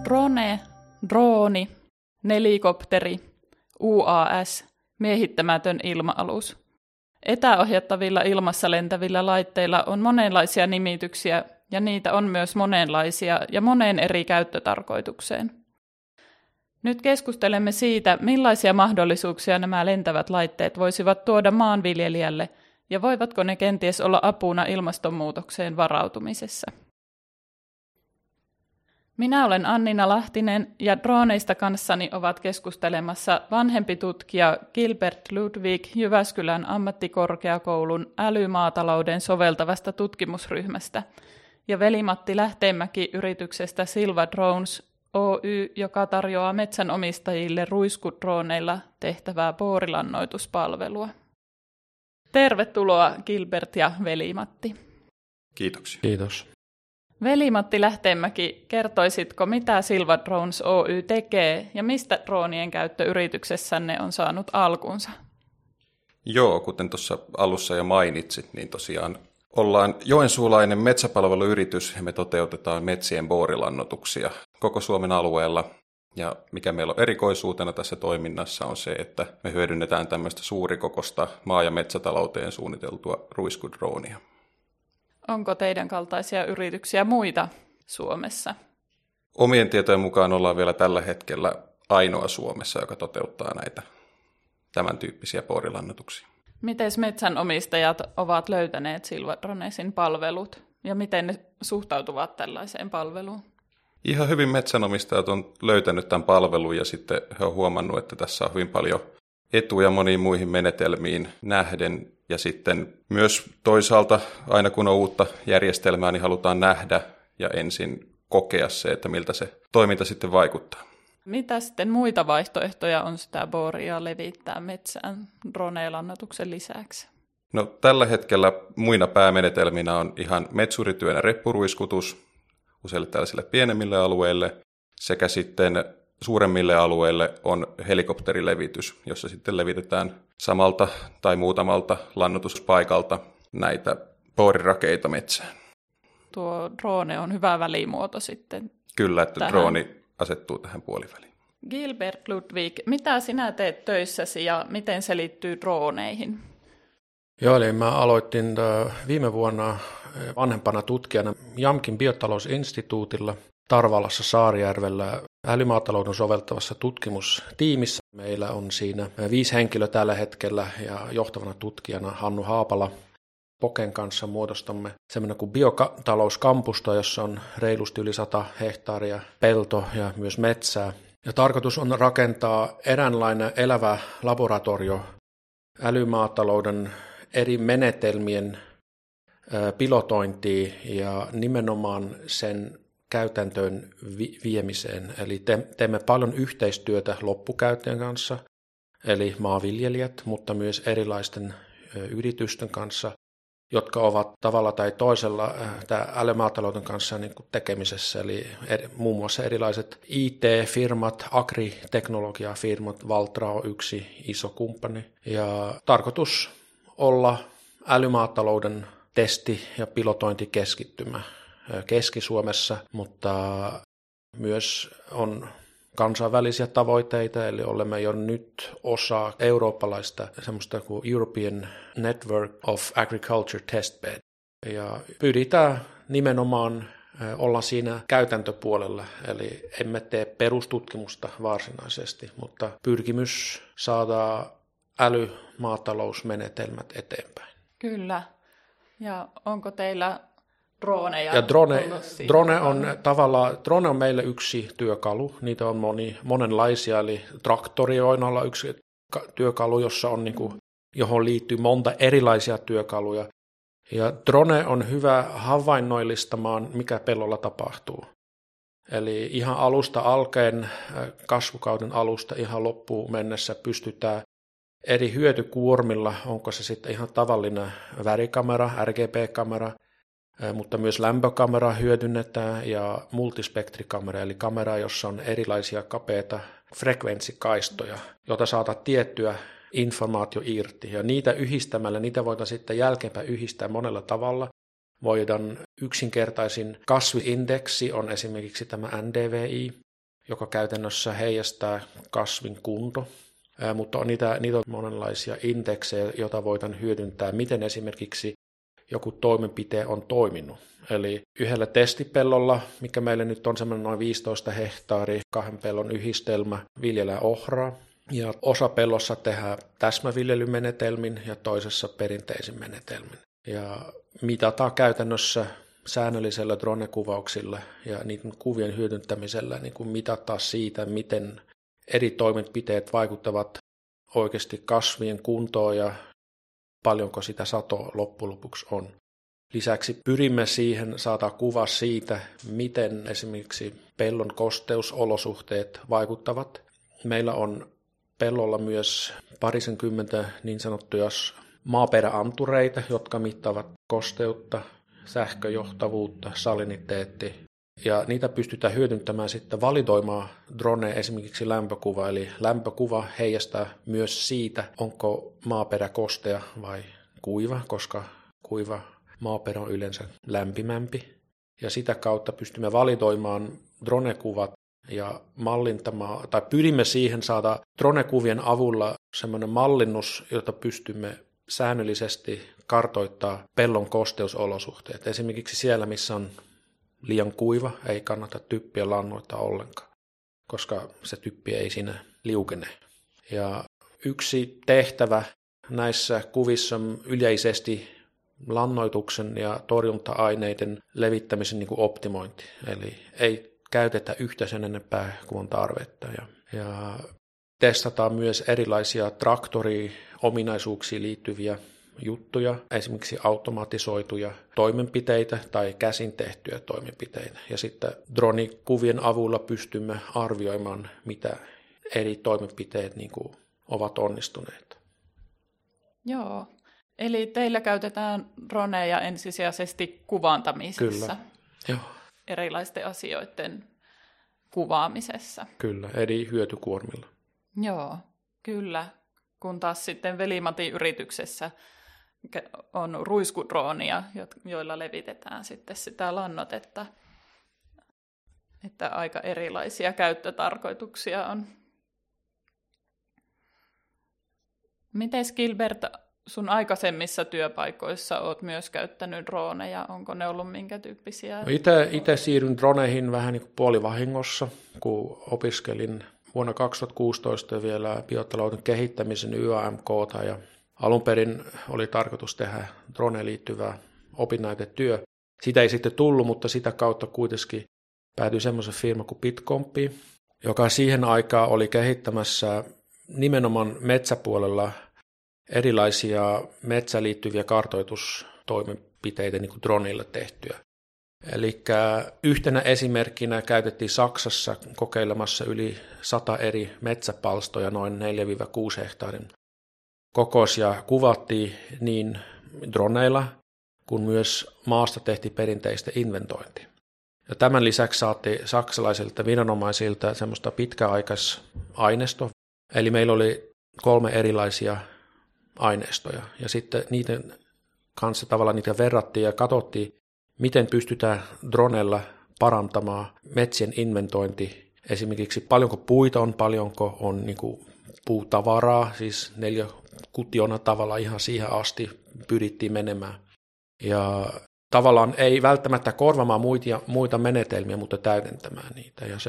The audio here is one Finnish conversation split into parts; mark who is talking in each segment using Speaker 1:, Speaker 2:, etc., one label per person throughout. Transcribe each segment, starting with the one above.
Speaker 1: Drooni, nelikopteri, UAS, miehittämätön ilma-alus. Etäohjattavilla ilmassa lentävillä laitteilla on monenlaisia nimityksiä, ja niitä on myös monenlaisia ja moneen eri käyttötarkoitukseen. Nyt keskustelemme siitä, millaisia mahdollisuuksia nämä lentävät laitteet voisivat tuoda maanviljelijälle, ja voivatko ne kenties olla apuna ilmastonmuutokseen varautumisessa. Minä olen Annina Lahtinen, ja drooneista kanssani ovat keskustelemassa vanhempi tutkija Gilbert Ludwig Jyväskylän ammattikorkeakoulun älymaatalouden soveltavasta tutkimusryhmästä ja veli-Matti Lähteenmäki yrityksestä Silva Drones Oy, joka tarjoaa metsänomistajille ruiskudrooneilla tehtävää boorilannoituspalvelua. Tervetuloa Gilbert ja veli-Matti.
Speaker 2: Kiitoksia.
Speaker 3: Kiitos.
Speaker 1: Veli-Matti Lähteenmäki, kertoisitko mitä Silva Drones Oy tekee ja mistä droonien käyttö yrityksessänne on saanut alkunsa?
Speaker 2: Joo, kuten tuossa alussa jo mainitsit, niin tosiaan ollaan joensuulainen metsäpalveluyritys ja me toteutetaan metsien boorilannoituksia koko Suomen alueella. Ja mikä meillä on erikoisuutena tässä toiminnassa on se, että me hyödynnetään tämmöistä suurikokosta maa- ja metsätalouteen suunniteltua ruiskudroonia.
Speaker 1: Onko teidän kaltaisia yrityksiä muita Suomessa?
Speaker 2: Omien tietojen mukaan ollaan vielä tällä hetkellä ainoa Suomessa, joka toteuttaa näitä tämän tyyppisiä boorilannoituksia.
Speaker 1: Miten metsänomistajat ovat löytäneet Silva Dronesin palvelut ja miten ne suhtautuvat tällaiseen palveluun?
Speaker 2: Ihan hyvin metsänomistajat on löytänyt tämän palvelun ja sitten he on huomannut, että tässä on hyvin paljon etuja moniin muihin menetelmiin nähden. Ja sitten myös toisaalta aina kun on uutta järjestelmää, niin halutaan nähdä ja ensin kokea se, että miltä se toiminta sitten vaikuttaa.
Speaker 1: Mitä sitten muita vaihtoehtoja on sitä booria levittää metsään dronelannoituksen lisäksi?
Speaker 2: No, tällä hetkellä muina päämenetelminä on ihan metsurityön ja reppuruiskutus useille tällaisille pienemmille alueille sekä sitten suuremmille alueille on helikopterilevitys, jossa sitten levitetään samalta tai muutamalta lannoituspaikalta näitä boorirakeita metsään.
Speaker 1: Tuo drone on hyvä välimuoto sitten.
Speaker 2: Kyllä, että drooni asettuu tähän puoliväliin.
Speaker 1: Gilbert Ludwig, mitä sinä teet töissäsi ja miten se liittyy droneihin?
Speaker 3: Joo, eli mä aloitin viime vuonna vanhempana tutkijana Jamkin biotalousinstituutilla Tarvalassa Saarijärvellä älymaatalouden soveltavassa tutkimustiimissä. Meillä on siinä 5 henkilöä tällä hetkellä ja johtavana tutkijana Hannu Haapala. Poken kanssa muodostamme semmoinen kuin biotalouskampusta, jossa on reilusti yli 100 hehtaaria pelto ja myös metsää. Ja tarkoitus on rakentaa eräänlainen elävä laboratorio älymaatalouden eri menetelmien pilotointiin ja nimenomaan sen käytäntöön viemiseen. Eli teemme paljon yhteistyötä loppukäyttäjän kanssa, eli maanviljelijät, mutta myös erilaisten yritysten kanssa, jotka ovat tavalla tai toisella älymaatalouden kanssa niin kuin tekemisessä, eli muun muassa erilaiset IT-firmat, agriteknologiafirmat, Valtra on yksi iso kumppani, ja tarkoitus olla älymaatalouden testi- ja pilotointikeskittymä Keski-Suomessa, mutta myös on kansainvälisiä tavoitteita, eli olemme jo nyt osa eurooppalaista semmoista kuin European Network of Agriculture Testbed. Ja pyritään nimenomaan olla siinä käytäntöpuolella, eli emme tee perustutkimusta varsinaisesti, mutta pyrkimys saada älymaatalousmenetelmät eteenpäin.
Speaker 1: Kyllä. Ja onko teillä droneja?
Speaker 3: Ja drone on meille yksi työkalu. Niitä on monenlaisia, eli traktori on olla yksi työkalu, jossa on johon liittyy monta erilaisia työkaluja. Ja drone on hyvä havainnoillistamaan, mikä pellolla tapahtuu. Eli ihan alusta alkaen, kasvukauden alusta ihan loppuun mennessä pystytään eri hyötykuormilla, onko se sitten ihan tavallinen värikamera, RGB-kamera, mutta myös lämpökamera hyödynnetään ja multispektrikamera, eli kamera, jossa on erilaisia kapeita frekvenssikaistoja, joita saada tiettyä informaatio irti. Ja niitä yhdistämällä, niitä voidaan sitten jälkeenpäin yhdistää monella tavalla. Voidaan yksinkertaisin kasviindeksi on esimerkiksi tämä NDVI, joka käytännössä heijastaa kasvin kunto, mutta niitä on monenlaisia indeksejä, joita voidaan hyödyntää, miten esimerkiksi joku toimenpite on toiminut. Eli yhdellä testipellolla, mikä meillä nyt on semmoinen noin 15 hehtaaria, 2 pellon yhdistelmä, viljellään ohraa. Ja osa pellossa tehdään täsmäviljelymenetelmin ja toisessa perinteisin menetelmin. Ja mitataan käytännössä säännöllisellä drone-kuvauksilla ja niiden kuvien hyödyntämisellä niin kuin mitataan siitä, miten eri toimenpiteet vaikuttavat oikeasti kasvien kuntoon ja paljonko sitä satoa loppujen lopuksi on. Lisäksi pyrimme siihen saada kuva siitä, miten esimerkiksi pellon kosteusolosuhteet vaikuttavat. Meillä on pellolla myös parisenkymmentä niin sanottuja maaperäantureita, jotka mittaavat kosteutta, sähköjohtavuutta, saliniteetti. Ja niitä pystytään hyödyntämään sitten validoimaan droneen esimerkiksi lämpökuva. Eli lämpökuva heijastaa myös siitä, onko maaperä kostea vai kuiva, koska kuiva maaperä on yleensä lämpimämpi. Ja sitä kautta pystymme validoimaan dronekuvat ja mallintamaan, tai pyrimme siihen saada dronekuvien avulla semmoinen mallinnus, jota pystymme säännöllisesti kartoittaa pellon kosteusolosuhteet. Esimerkiksi siellä, missä on liian kuiva, ei kannata typpiä lannoittaa ollenkaan, koska se typpi ei siinä liukene. Ja yksi tehtävä näissä kuvissa on yleisesti lannoituksen ja torjunta-aineiden levittämisen niin kuin optimointi. Eli ei käytetä yhtä sen enempää kuin on tarvetta. Ja testataan myös erilaisia traktoriominaisuuksiin liittyviä juttuja, esimerkiksi automatisoituja toimenpiteitä tai käsin tehtyjä toimenpiteitä. Ja sitten dronikuvien avulla pystymme arvioimaan, mitä eri toimenpiteet niin kuin ovat onnistuneet.
Speaker 1: Joo, eli teillä käytetään droneja ensisijaisesti kuvantamisessa.
Speaker 3: Kyllä, joo.
Speaker 1: Erilaisten asioiden kuvaamisessa.
Speaker 3: Kyllä, eri hyötykuormilla.
Speaker 1: Joo, kyllä. Kun taas sitten Veli-Matin yrityksessä on ruiskudroonia, joilla levitetään sitten sitä lannotetta. Että aika erilaisia käyttötarkoituksia on. Miten Gilbert, sun aikaisemmissa työpaikoissa olet myös käyttänyt droneja? Onko ne ollut minkä tyyppisiä?
Speaker 3: Itse siirryn droneihin vähän niin kuin puolivahingossa, kun opiskelin vuonna 2016 vielä biotalouden kehittämisen YAMK:ta ja alun perin oli tarkoitus tehdä droneen liittyvää opinnäytetyö. Sitä ei sitten tullut, mutta sitä kautta kuitenkin päätyi semmoisen firma kuin Bitcompi, joka siihen aikaan oli kehittämässä nimenomaan metsäpuolella erilaisia metsään liittyviä kartoitustoimenpiteitä niin kuin dronilla tehtyä. Eli yhtenä esimerkkinä käytettiin Saksassa kokeilemassa yli 100 eri metsäpalstoja, noin 4-6 hehtaarin kokoisia. Kuvattiin niin droneilla, kun myös maasta tehtiin perinteistä inventointia. Ja tämän lisäksi saatiin saksalaisilta viranomaisilta semmoista pitkäaikaisaineistoa. Eli meillä oli 3 erilaisia aineistoja. Ja sitten niiden kanssa tavallaan niitä verrattiin ja katsottiin, miten pystytään dronella parantamaan metsien inventointi. Esimerkiksi paljonko puita on, paljonko on niin kuin puutavaraa, siis 4-kutiona tavalla ihan siihen asti pyrittiin menemään. Ja tavallaan ei välttämättä korvaamaan muita menetelmiä, mutta täydentämään niitä. Ja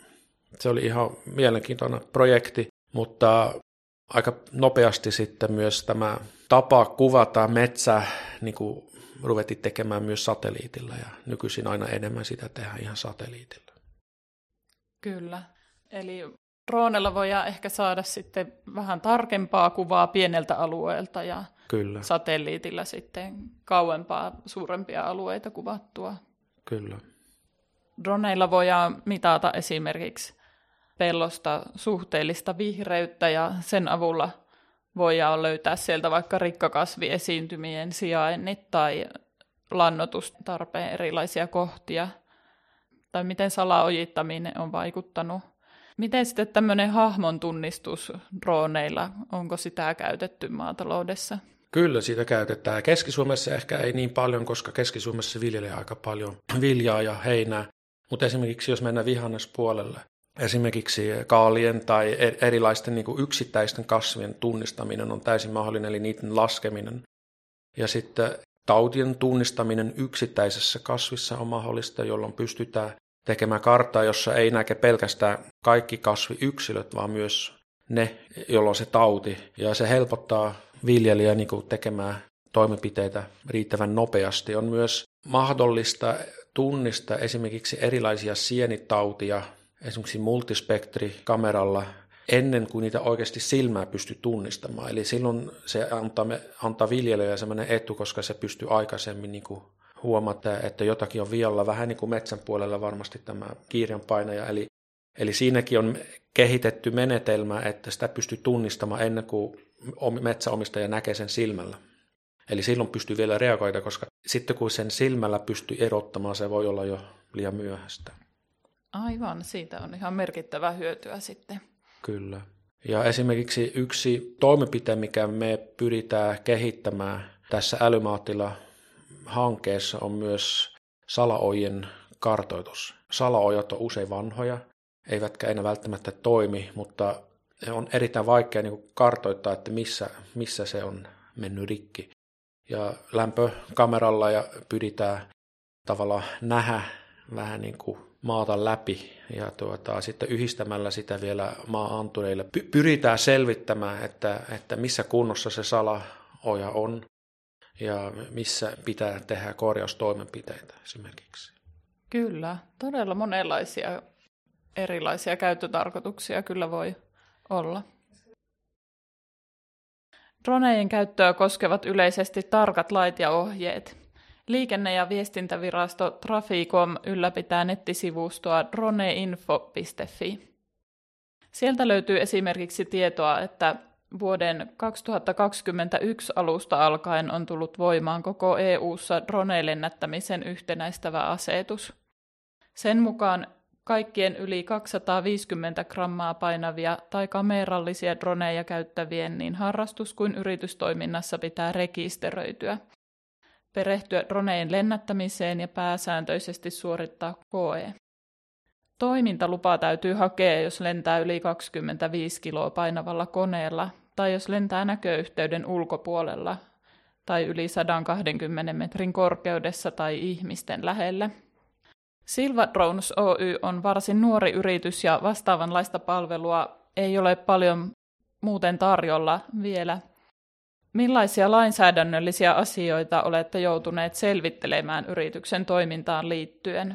Speaker 3: se oli ihan mielenkiintoinen projekti, mutta aika nopeasti sitten myös tämä tapa kuvata metsää niin kuin ruvettiin tekemään myös satelliitilla ja nykyisin aina enemmän sitä tehdään ihan satelliitilla.
Speaker 1: Kyllä, eli droonella voidaan ehkä saada sitten vähän tarkempaa kuvaa pieneltä alueelta ja
Speaker 3: Kyllä.
Speaker 1: Satelliitilla sitten kauempaa suurempia alueita kuvattua.
Speaker 3: Kyllä.
Speaker 1: Droneilla voidaan mitata esimerkiksi pellosta suhteellista vihreyttä ja sen avulla voidaan löytää sieltä vaikka rikkakasviesiintymien sijainnit tai lannoitustarpeen erilaisia kohtia. Tai miten salaojittaminen on vaikuttanut. Miten sitten tämmöinen hahmon tunnistus droneilla, onko sitä käytetty maataloudessa?
Speaker 3: Kyllä sitä käytetään. Keski-Suomessa ehkä ei niin paljon, koska Keski-Suomessa viljelee aika paljon viljaa ja heinää. Mutta esimerkiksi jos mennään vihannespuolelle, esimerkiksi kaalien tai erilaisten niin kuin yksittäisten kasvien tunnistaminen on täysin mahdollinen, eli niiden laskeminen. Ja sitten tautien tunnistaminen yksittäisessä kasvissa on mahdollista, jolloin pystytään tekemään karttaa, jossa ei näke pelkästään kaikki kasviyksilöt, vaan myös ne, joilla on se tauti. Ja se helpottaa viljelijää niin kuin tekemään toimenpiteitä riittävän nopeasti. On myös mahdollista tunnistaa esimerkiksi erilaisia sienitautia, esimerkiksi multispektrikameralla, ennen kuin niitä oikeasti silmää pystyy tunnistamaan. Eli silloin se antaa viljelijälle sellainen etu, koska se pystyy aikaisemmin niin kuin huomata, että jotakin on vialla. Vähän niin kuin metsän puolella varmasti tämä kirjanpainaja. Eli siinäkin on kehitetty menetelmä, että sitä pystyy tunnistamaan ennen kuin metsäomistaja näkee sen silmällä. Eli silloin pystyy vielä reagoida, koska sitten kun sen silmällä pystyy erottamaan, se voi olla jo liian myöhäistä.
Speaker 1: Aivan, siitä on ihan merkittävä hyötyä sitten.
Speaker 3: Kyllä. Ja esimerkiksi yksi toimenpite, mikä me pyritään kehittämään tässä älymaatila-hankkeessa, on myös salaojien kartoitus. Salaojat on usein vanhoja, eivätkä enää välttämättä toimi, mutta on erittäin vaikea niin kuin kartoittaa, että missä se on mennyt rikki. Ja lämpökameralla ja pyritään tavallaan nähdä vähän niin kuin maata läpi ja sitten yhdistämällä sitä vielä maa-antureille pyritään selvittämään, että missä kunnossa se salaoja on ja missä pitää tehdä korjaustoimenpiteitä esimerkiksi.
Speaker 1: Kyllä, todella monenlaisia erilaisia käyttötarkoituksia kyllä voi olla. Dronejen käyttöä koskevat yleisesti tarkat lait ja ohjeet. Liikenne- ja viestintävirasto Traficom ylläpitää nettisivustoa droneinfo.fi. Sieltä löytyy esimerkiksi tietoa, että vuoden 2021 alusta alkaen on tullut voimaan koko EU:ssa drone-lennättämisen yhtenäistävä asetus. Sen mukaan kaikkien yli 250 grammaa painavia tai kamerallisia droneja käyttävien niin harrastus- kuin yritystoiminnassa pitää rekisteröityä, perehtyä dronejen lennättämiseen ja pääsääntöisesti suorittaa koe. Toimintalupa täytyy hakea, jos lentää yli 25 kiloa painavalla koneella tai jos lentää näköyhteyden ulkopuolella tai yli 120 metrin korkeudessa tai ihmisten lähellä. Silva Drones Oy on varsin nuori yritys ja vastaavanlaista palvelua ei ole paljon muuten tarjolla vielä. Millaisia lainsäädännöllisiä asioita olette joutuneet selvittelemään yrityksen toimintaan liittyen?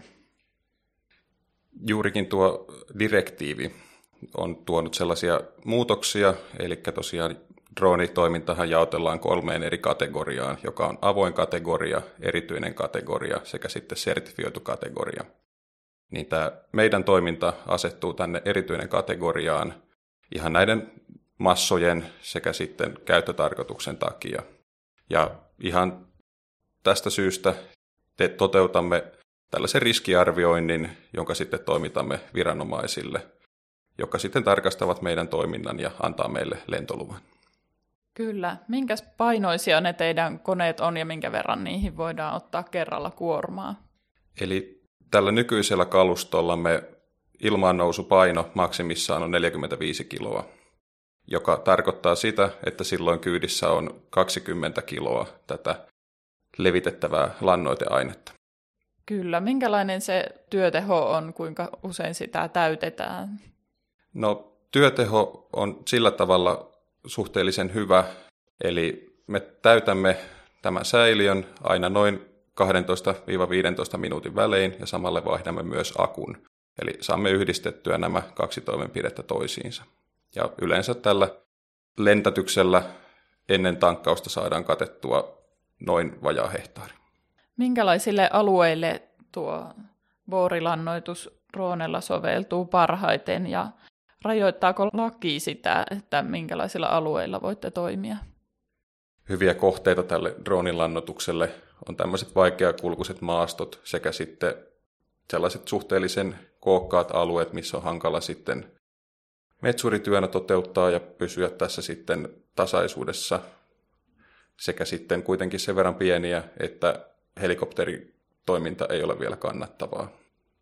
Speaker 2: Juurikin tuo direktiivi on tuonut sellaisia muutoksia, eli tosiaan droonitoimintahan jaotellaan 3 eri kategoriaan, joka on avoin kategoria, erityinen kategoria sekä sitten sertifioitu kategoria. Niin tämä meidän toiminta asettuu tänne erityinen kategoriaan ihan näiden massojen sekä sitten käyttötarkoituksen takia. Ja ihan tästä syystä toteutamme tällaisen riskiarvioinnin, jonka sitten toimitamme viranomaisille, jotka sitten tarkastavat meidän toiminnan ja antaa meille lentoluvan.
Speaker 1: Kyllä. Minkäs painoisia ne teidän koneet on ja minkä verran niihin voidaan ottaa kerralla kuormaa?
Speaker 2: Eli tällä nykyisellä kalustollamme ilmaannousupaino maksimissaan on 45 kiloa, joka tarkoittaa sitä, että silloin kyydissä on 20 kiloa tätä levitettävää lannoiteainetta.
Speaker 1: Kyllä. Minkälainen se työteho on, kuinka usein sitä täytetään?
Speaker 2: No, työteho on sillä tavalla suhteellisen hyvä, eli me täytämme tämän säiliön aina noin 12-15 minuutin välein ja samalle vaihdamme myös akun. Eli saamme yhdistettyä nämä 2 toimenpidettä toisiinsa. Ja yleensä tällä lentätyksellä ennen tankkausta saadaan katettua noin vajaa hehtaari.
Speaker 1: Minkälaisille alueille tuo boorilannoitus droonella soveltuu parhaiten ja rajoittaako laki sitä, että minkälaisilla alueilla voitte toimia?
Speaker 2: Hyviä kohteita tälle droonin lannoitukselle on tämmöiset vaikeakulkuiset maastot sekä sitten sellaiset suhteellisen kookkaat alueet, missä on hankala sitten metsurityönä toteuttaa ja pysyä tässä sitten tasaisuudessa sekä sitten kuitenkin sen verran pieniä, että helikopteritoiminta ei ole vielä kannattavaa.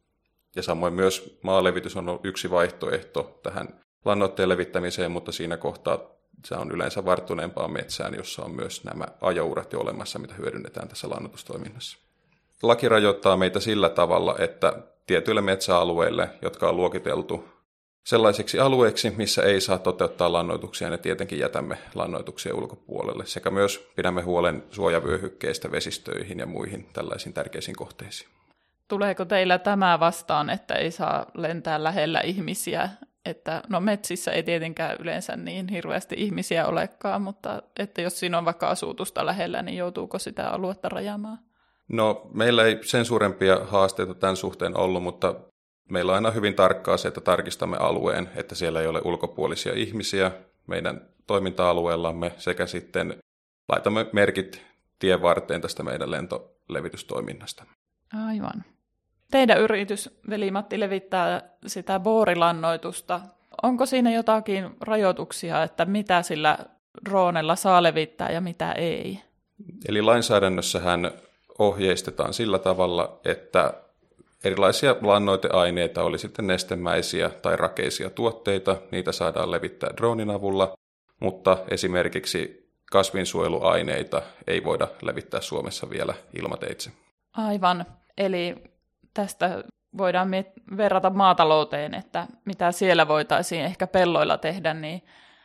Speaker 2: Ja samoin myös maalevitys on ollut yksi vaihtoehto tähän lannoitteen levittämiseen, mutta siinä kohtaa se on yleensä varttuneempaa metsään, jossa on myös nämä ajourat jo olemassa, mitä hyödynnetään tässä lannoitustoiminnassa. Laki rajoittaa meitä sillä tavalla, että tietyille metsäalueille, jotka on luokiteltu sellaisiksi alueiksi, missä ei saa toteuttaa lannoituksia, ne tietenkin jätämme lannoituksia ulkopuolelle, sekä myös pidämme huolen suojavyöhykkeistä vesistöihin ja muihin tällaisiin tärkeisiin kohteisiin.
Speaker 1: Tuleeko teillä tämä vastaan, että ei saa lentää lähellä ihmisiä? Että, no metsissä ei tietenkään yleensä niin hirveästi ihmisiä olekaan, mutta että jos siinä on vaikka asutusta lähellä, niin joutuuko sitä aluetta rajaamaan?
Speaker 2: No meillä ei sen suurempia haasteita tämän suhteen ollut, mutta meillä on aina hyvin tarkkaa se, että tarkistamme alueen, että siellä ei ole ulkopuolisia ihmisiä meidän toiminta-alueellamme sekä sitten laitamme merkit tien varteen tästä meidän lentolevitystoiminnasta.
Speaker 1: Aivan. Teidän yritys, Veli-Matti, levittää sitä boorilannoitusta. Onko siinä jotakin rajoituksia, että mitä sillä droonella saa levittää ja mitä ei?
Speaker 2: Eli lainsäädännössähän ohjeistetaan sillä tavalla, että erilaisia lannoiteaineita, oli sitten nestemäisiä tai rakeisia tuotteita, niitä saadaan levittää droonin avulla, mutta esimerkiksi kasvinsuojeluaineita ei voida levittää Suomessa vielä ilmateitse.
Speaker 1: Aivan. Eli tästä voidaan verrata maatalouteen, että mitä siellä voitaisiin ehkä pelloilla tehdä, niin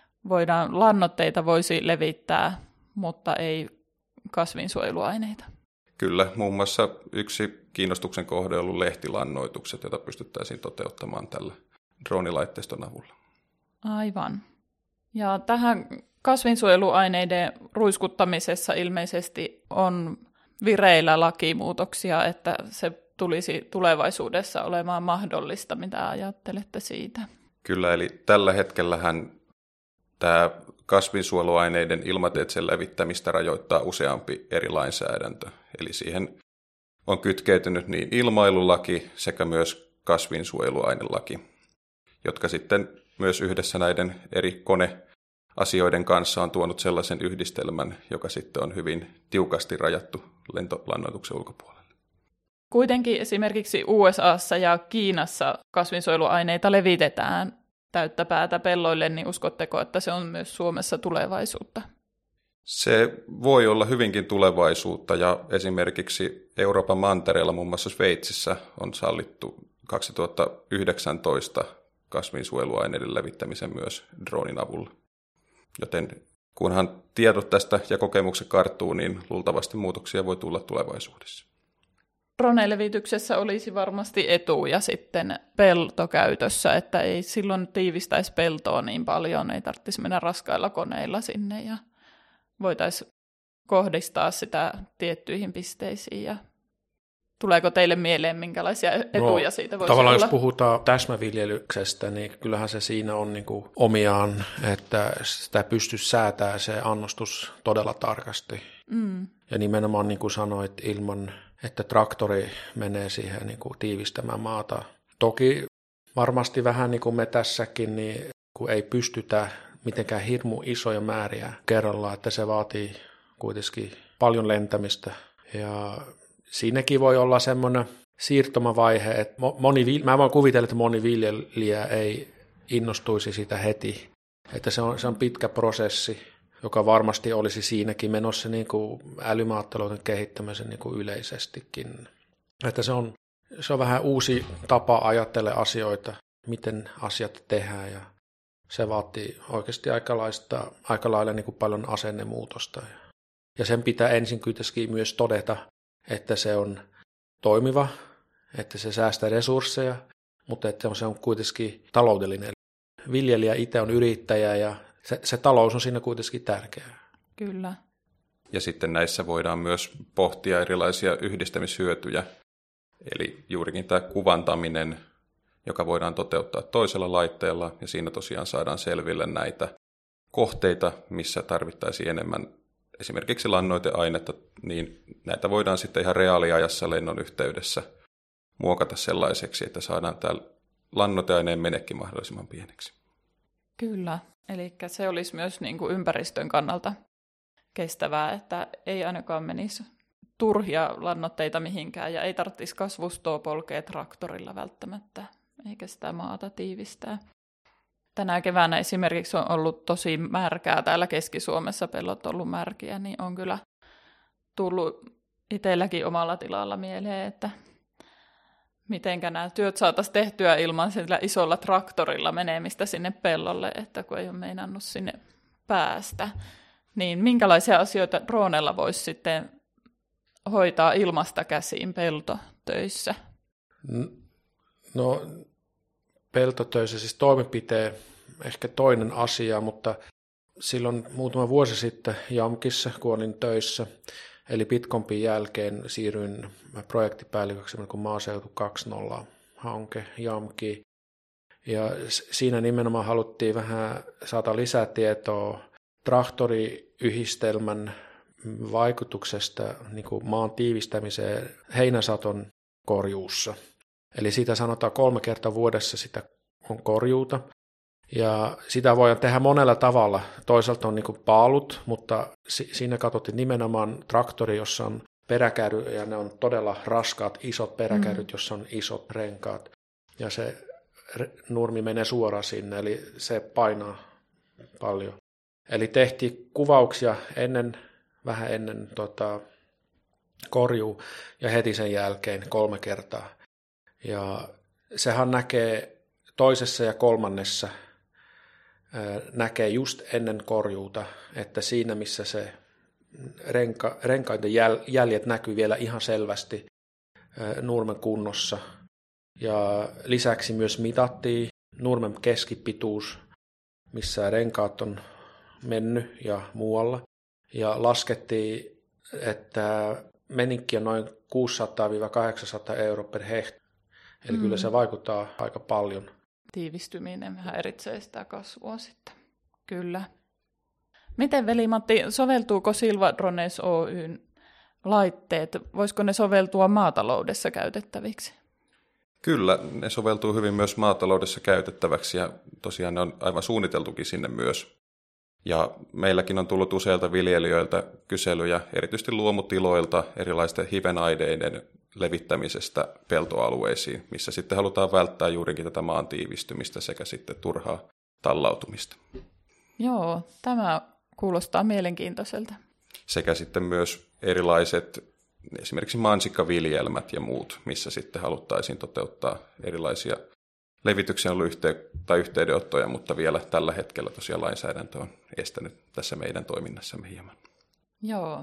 Speaker 1: lannoitteita voisi levittää, mutta ei kasvinsuojeluaineita.
Speaker 2: Kyllä, muun muassa yksi kiinnostuksen kohde on ollut lehtilannoitukset, joita pystyttäisiin toteuttamaan tällä droonilaitteiston avulla.
Speaker 1: Aivan. Ja tähän kasvinsuojeluaineiden ruiskuttamisessa ilmeisesti on vireillä lakimuutoksia, että se tulisi tulevaisuudessa olemaan mahdollista. Mitä ajattelette siitä?
Speaker 2: Kyllä, eli tällä hetkellähän tämä kasvinsuojeluaineiden ilmateitse levittämistä rajoittaa useampi eri lainsäädäntö. Eli siihen on kytkeytynyt niin ilmailulaki sekä myös kasvinsuojeluainelaki, jotka sitten myös yhdessä näiden eri koneasioiden kanssa on tuonut sellaisen yhdistelmän, joka sitten on hyvin tiukasti rajattu lentolannoituksen ulkopuolelle.
Speaker 1: Kuitenkin esimerkiksi USAssa ja Kiinassa kasvinsuojeluaineita levitetään täyttä päätä pelloille, niin uskotteko, että se on myös Suomessa tulevaisuutta? Se
Speaker 2: voi olla hyvinkin tulevaisuutta, ja esimerkiksi Euroopan mantereella, muun muassa Sveitsissä, on sallittu 2019 kasvinsuojeluaineiden levittämisen myös droonin avulla. Joten kunhan tiedot tästä ja kokemukset karttuu, niin luultavasti muutoksia voi tulla tulevaisuudessa.
Speaker 1: Drone-levityksessä olisi varmasti etuja sitten peltokäytössä, että ei silloin tiivistäisi peltoa niin paljon, ei tarvitsisi mennä raskailla koneilla sinne ja voitaisiin kohdistaa sitä tiettyihin pisteisiin. Ja tuleeko teille mieleen, minkälaisia etuja siitä voisi
Speaker 3: tavallaan
Speaker 1: olla?
Speaker 3: Jos puhutaan täsmäviljelyksestä, niin kyllähän se siinä on niin kuin omiaan, että sitä pystyisi säätämään se annostus todella tarkasti. Ja nimenomaan niin kuin sanoit, ilman että traktori menee siihen niin kuin tiivistämään maata. Toki varmasti vähän niin kuin me tässäkin, niin kun ei pystytä mitenkään hirmu isoja määriä kerrallaan, että se vaatii kuitenkin paljon lentämistä. Ja siinäkin voi olla semmoinen siirtomavaihe, että mä voin kuvitella, että moni viljelijä ei innostuisi sitä heti. Että se on pitkä prosessi, joka varmasti olisi siinäkin menossa niin kuin älymaatalouden kehittämisen niin kuin yleisestikin. Että se on vähän uusi tapa ajatella asioita, miten asiat tehdään, ja se vaatii oikeasti aika lailla niin kuin paljon asennemuutosta. Ja sen pitää ensin kuitenkin myös todeta, että se on toimiva, että se säästää resursseja, mutta että se on kuitenkin taloudellinen. Viljelijä itse on yrittäjä ja se talous on siinä kuitenkin tärkeää.
Speaker 1: Kyllä.
Speaker 2: Ja sitten näissä voidaan myös pohtia erilaisia yhdistämishyötyjä. Eli juurikin tämä kuvantaminen, joka voidaan toteuttaa toisella laitteella, ja siinä tosiaan saadaan selville näitä kohteita, missä tarvittaisiin enemmän esimerkiksi lannoiteainetta, niin näitä voidaan sitten ihan reaaliajassa lennon yhteydessä muokata sellaiseksi, että saadaan tämä lannoiteaineen menekki mahdollisimman pieneksi.
Speaker 1: Kyllä, eli se olisi myös niin kuin ympäristön kannalta kestävää, että ei ainakaan menisi turhia lannoitteita mihinkään ja ei tarvitsisi kasvustoa polkea traktorilla välttämättä, eikä sitä maata tiivistää. Tänä keväänä esimerkiksi on ollut tosi märkää täällä Keski-Suomessa, pellot on ollut märkiä, niin on kyllä tullut itselläkin omalla tilalla mieleen, että mitenkä nämä työt saataisiin tehtyä ilman sillä isolla traktorilla menemistä sinne pellolle, että kun ei ole meinannut sinne päästä. Niin minkälaisia asioita dronella voisi sitten hoitaa ilmasta käsiin peltotöissä?
Speaker 3: No peltotöissä siis toimenpiteen ehkä toinen asia, mutta silloin muutama vuosi sitten Jamkissa, kun olin töissä, eli Bitcompin jälkeen siirryin projektipäälliköksi kuin Maaseutu 2.0-hanke Jamkiin. Ja siinä nimenomaan haluttiin vähän saada lisätietoa traktoriyhdistelmän vaikutuksesta niin kuin maan tiivistämiseen heinäsaton korjuussa. Eli sitä sanotaan 3 kertaa vuodessa sitä on korjuuta. Ja sitä voidaan tehdä monella tavalla. Toisaalta on niin kuin paalut, mutta siinä katsottiin nimenomaan traktori, jossa on peräkärry, ja ne on todella raskaat, isot peräkärryt, jossa on isot renkaat. Ja se nurmi menee suoraan sinne, eli se painaa paljon. Eli tehtiin kuvauksia vähän ennen korjuu ja heti sen jälkeen 3 kertaa. Ja sehän näkee toisessa ja kolmannessa näkee just ennen korjuuta, että siinä missä se renkaiden jäljet näkyy vielä ihan selvästi nurmen kunnossa. Ja lisäksi myös mitattiin nurmen keskipituus, missä renkaat on mennyt ja muualla. Ja laskettiin, että menikki on noin 600-800 € per hehto. Eli kyllä se vaikuttaa aika paljon.
Speaker 1: Tiivistyminen vähän eritsee sitä kasvua sitten. Kyllä. Miten, veli-Matti, soveltuuko Silva Drones Oyn laitteet? Voisiko ne soveltua maataloudessa käytettäviksi?
Speaker 2: Kyllä, ne soveltuu hyvin myös maataloudessa käytettäväksi ja tosiaan ne on aivan suunniteltukin sinne myös. Ja meilläkin on tullut useilta viljelijöiltä kyselyjä, erityisesti luomutiloilta, erilaisten hivenaineiden levittämisestä peltoalueisiin, missä sitten halutaan välttää juurikin tätä maan tiivistymistä sekä sitten turhaa tallautumista.
Speaker 1: Joo, tämä kuulostaa mielenkiintoiselta.
Speaker 2: Sekä sitten myös erilaiset esimerkiksi mansikkaviljelmät ja muut, missä sitten haluttaisiin toteuttaa erilaisia levityksen yhteydenottoja, mutta vielä tällä hetkellä tosiaan lainsäädäntö on estänyt tässä meidän toiminnassamme hieman.
Speaker 1: Joo.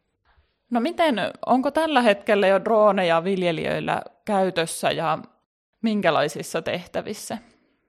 Speaker 1: No onko tällä hetkellä jo droneja viljelijöillä käytössä ja minkälaisissa tehtävissä?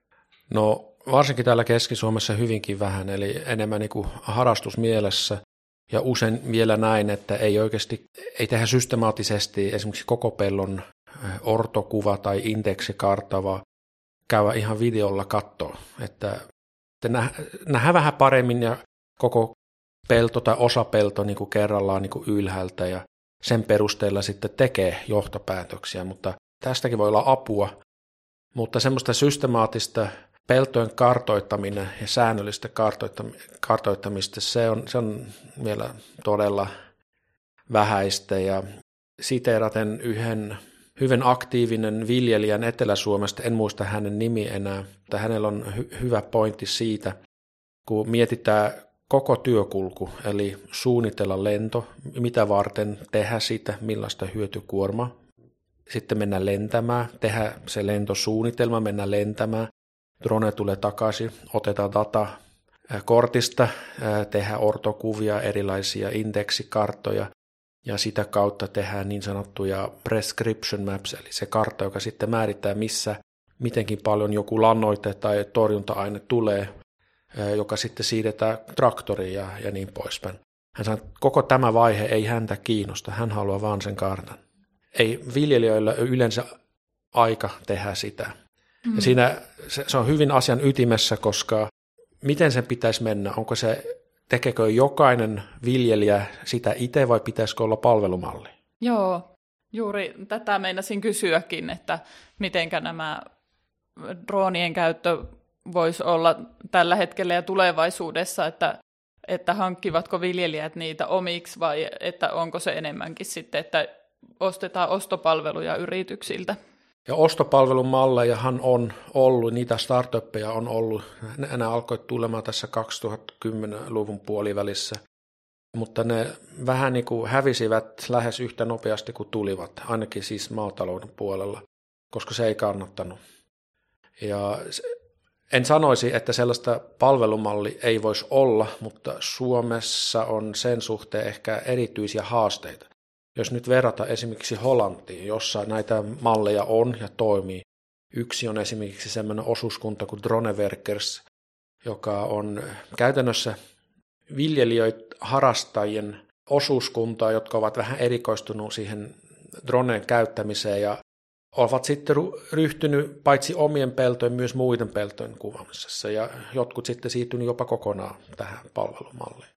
Speaker 3: No varsinkin täällä Keski-Suomessa hyvinkin vähän, eli enemmän niin kuin harrastusmielessä. Ja usein vielä näin, että ei tehdä systemaattisesti esimerkiksi koko pellon ortokuva tai indeksikartta, vaan käydä ihan videolla katsoa, että nähdään vähän paremmin ja koko pelto tai osapelto niin kuin kerrallaan niin kuin ylhäältä ja sen perusteella sitten tekee johtopäätöksiä, mutta tästäkin voi olla apua, mutta semmoista systemaattista peltojen kartoittaminen ja säännöllistä kartoittamista, se on vielä todella vähäistä ja siteeraten yhden hyvin aktiivinen viljelijän Etelä-Suomesta, en muista hänen nimi enää, mutta hänellä on hyvä pointti siitä, kun mietitään koko työkulku, eli suunnitella lento, mitä varten tehdä siitä, millaista hyötykuormaa. Sitten mennään lentämään, tehdä se lentosuunnitelma, mennään lentämään, drone tulee takaisin, otetaan data kortista, tehdään ortokuvia, erilaisia indeksikarttoja, ja sitä kautta tehdään niin sanottuja prescription maps, eli se kartta, joka sitten määrittää, mitenkin paljon joku lannoite tai torjunta-aine tulee, joka sitten siirretään traktoriin ja niin poispäin. Hän sanoi, että koko tämä vaihe ei häntä kiinnosta, hän haluaa vaan sen kartan. Ei viljelijöillä yleensä aika tehdä sitä. Ja siinä se on hyvin asian ytimessä, koska miten sen pitäisi mennä? Tekeekö jokainen viljelijä sitä itse vai pitäisikö olla palvelumalli?
Speaker 1: Joo, juuri tätä meinasin kysyäkin, että mitenkä nämä droonien käyttö voisi olla tällä hetkellä ja tulevaisuudessa, että että hankkivatko viljelijät niitä omiksi vai että onko se enemmänkin sitten, että ostetaan ostopalveluja yrityksiltä?
Speaker 3: Ja ostopalvelun mallejahan on ollut, niitä startuppeja on ollut, ne alkoi tulemaan tässä 2010-luvun puolivälissä, mutta ne vähän niin kuin hävisivät lähes yhtä nopeasti kuin tulivat, ainakin siis maatalouden puolella, koska se ei kannattanut. Ja en sanoisi, että sellaista palvelumalli ei voisi olla, mutta Suomessa on sen suhteen ehkä erityisiä haasteita. Jos nyt verrataan esimerkiksi Hollantiin, jossa näitä malleja on ja toimii. Yksi on esimerkiksi sellainen osuuskunta kuin Dronewerkers, joka on käytännössä viljelijöiden harrastajien osuuskuntaa, jotka ovat vähän erikoistunut siihen droneen käyttämiseen ja ovat sitten ryhtynyt paitsi omien peltojen myös muiden peltojen kuvaamisessa ja jotkut sitten siirtynyt jopa kokonaan tähän palvelumalliin.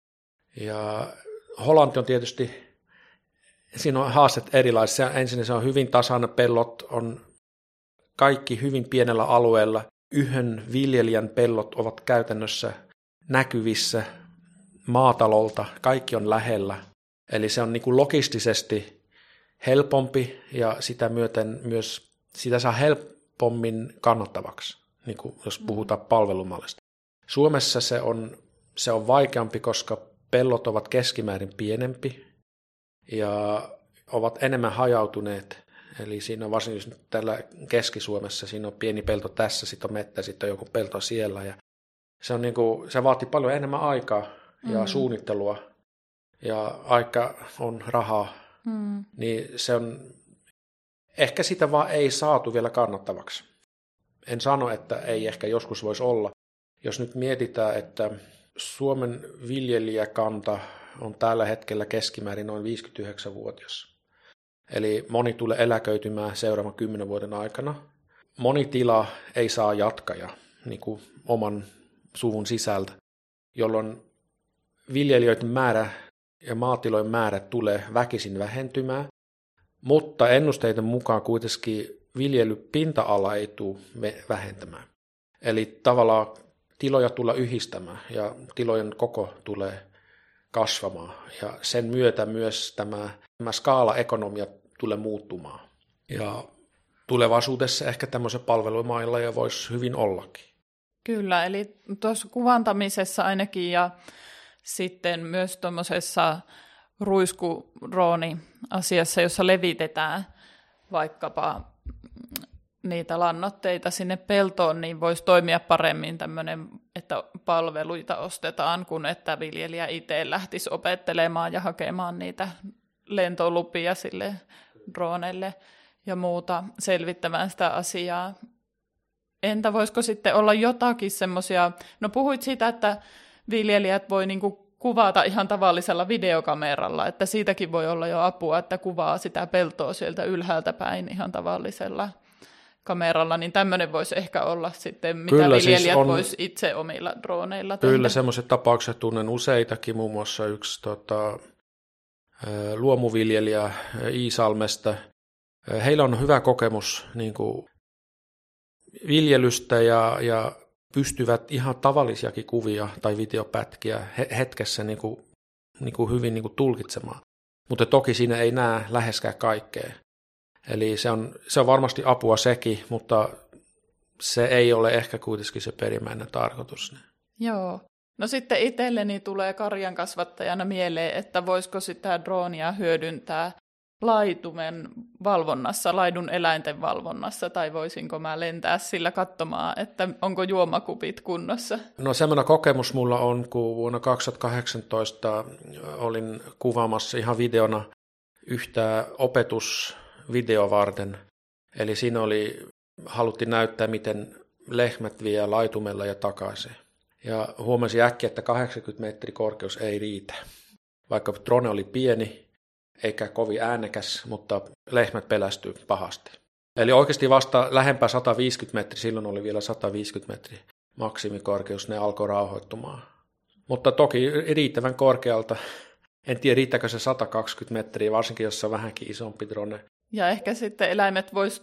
Speaker 3: Ja Hollanti on tietysti, siinä on haasteet erilaisia. Ensin se on hyvin tasainen, pellot on kaikki hyvin pienellä alueella. Yhden viljelijän pellot ovat käytännössä näkyvissä maatalolta, kaikki on lähellä. Eli se on niin kuin logistisesti helpompi ja sitä myöten myös sitä saa helpommin kannattavaksi, niin kuin jos puhutaan palvelumallista. Suomessa se on vaikeampi, koska pellot ovat keskimäärin pienempi ja ovat enemmän hajautuneet. Eli siinä on varsinkin tällä Keski-Suomessa, siinä on pieni pelto tässä, sitten on mettä, sitten on joku pelto siellä. Ja se, on niin kuin, se vaatii paljon enemmän aikaa ja suunnittelua ja aika on rahaa. Niin se on, ehkä sitä vaan ei saatu vielä kannattavaksi. En sano, että ei ehkä joskus voisi olla. Jos nyt mietitään, että Suomen viljelijäkanta on tällä hetkellä keskimäärin noin 59-vuotias. Eli moni tulee eläköitymään seuraavan 10 vuoden aikana. Moni tila ei saa jatkaja niin kuin oman suvun sisältä, jolloin viljelijöiden määrä ja maatilojen määrä tulee väkisin vähentymään, mutta ennusteiden mukaan kuitenkin viljelypinta-ala ei tule vähentämään. Eli tavallaan tiloja tulee yhdistämään ja tilojen koko tulee kasvamaan ja sen myötä myös tämä skaalaekonomia tulee muuttumaan. Ja tulevaisuudessa ehkä tämmöisen palvelumailla ja voisi hyvin ollakin.
Speaker 1: Kyllä, eli tuossa kuvantamisessa ainakin ja sitten myös tuommoisessa ruiskudrooni-asiassa, jossa levitetään vaikkapa niitä lannoitteita sinne peltoon, niin voisi toimia paremmin tämmöinen, että palveluita ostetaan, kun että viljelijä itse lähtisi opettelemaan ja hakemaan niitä lentolupia sille droneille ja muuta selvittämään sitä asiaa. Entä voisiko sitten olla jotakin semmoisia, no puhuit siitä, että viljelijät voi niinku kuvata ihan tavallisella videokameralla, että siitäkin voi olla jo apua, että kuvaa sitä peltoa sieltä ylhäältä päin ihan tavallisella kameralla, niin tämmöinen voisi ehkä olla sitten, mitä kyllä, viljelijät siis voisi itse omilla droneilla tehdä.
Speaker 3: Kyllä, semmoiset tapaukset tunnen useitakin, muun muassa yksi luomuviljelijä Iisalmesta. Heillä on hyvä kokemus niin kuin viljelystä ja pystyvät ihan tavallisiakin kuvia tai videopätkiä hetkessä niin kuin hyvin niin kuin tulkitsemaan. Mutta toki siinä ei näe läheskään kaikkea. Eli se on varmasti apua sekin, mutta se ei ole ehkä kuitenkin se perimmäinen tarkoitus.
Speaker 1: Joo. No sitten itselleni tulee karjan kasvattajana mieleen, että voisiko sitä droonia hyödyntää laitumen valvonnassa, laidun eläinten valvonnassa, tai voisinko mä lentää sillä katsomaan, että onko juomakupit kunnossa?
Speaker 3: No semmoinen kokemus mulla on, kun vuonna 2018 olin kuvaamassa ihan videona yhtä opetusvideoa varten. Eli siinä haluttiin näyttää, miten lehmät vie laitumella ja takaisin. Ja huomasin äkkiä, että 80 metriä korkeus ei riitä. Vaikka drone oli pieni, eikä kovin äänekäs, mutta lehmät pelästyi pahasti. Eli oikeasti vasta lähempää 150 metriä, silloin oli vielä 150 metriä maksimikorkeus, ne alkoi rauhoittumaan. Mutta toki riittävän korkealta. En tiedä, riittääkö se 120 metriä, varsinkin jos se on vähänkin isompi drone.
Speaker 1: Ja ehkä sitten eläimet vois